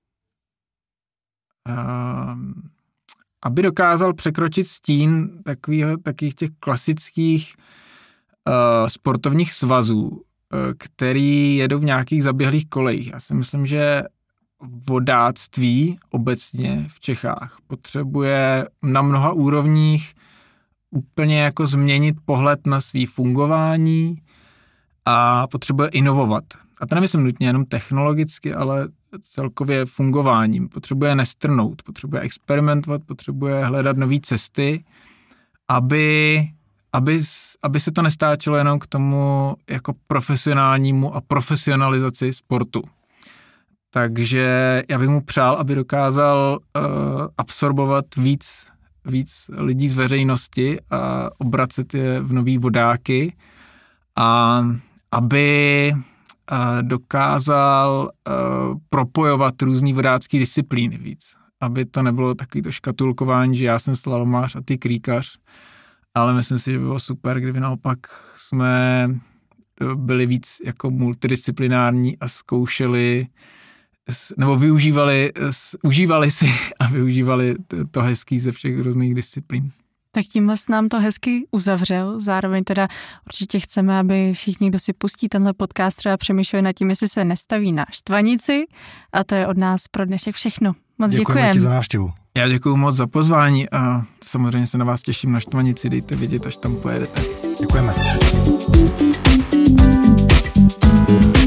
uh, aby dokázal překročit stín takovýho, takových těch klasických uh, sportovních svazů, který jedou v nějakých zaběhlých kolejích. Já si myslím, že vodáctví obecně v Čechách potřebuje na mnoha úrovních úplně jako změnit pohled na svý fungování a potřebuje inovovat. A to nemyslím nutně jenom technologicky, ale celkově fungováním. Potřebuje nestrnout, potřebuje experimentovat, potřebuje hledat nové cesty, aby... Aby, aby se to nestáčelo jenom k tomu jako profesionálnímu a profesionalizaci sportu. Takže já bych mu přál, aby dokázal uh, absorbovat víc, víc lidí z veřejnosti a obracet je v nový vodáky a aby uh, dokázal uh, propojovat různý vodácký disciplíny víc. Aby to nebylo takový to škatulkování, že já jsem slalomář a ty kríkař, ale myslím si, že by bylo super, kdyby naopak jsme byli víc jako multidisciplinární a zkoušeli, nebo využívali, užívali si a využívali to hezký ze všech různých disciplín. Tak tímhle s nám to hezky uzavřel, zároveň teda určitě chceme, aby všichni, kdo si pustí tenhle podcast, třeba přemýšleli nad tím, jestli se nestaví na štvanici, a to je od nás pro dnešek všechno. Moc děkujeme. Děkujeme ti za návštěvu. Já děkuju moc za pozvání a samozřejmě se na vás těším na štvanici, dejte vědět, až tam pojedete. Děkujeme.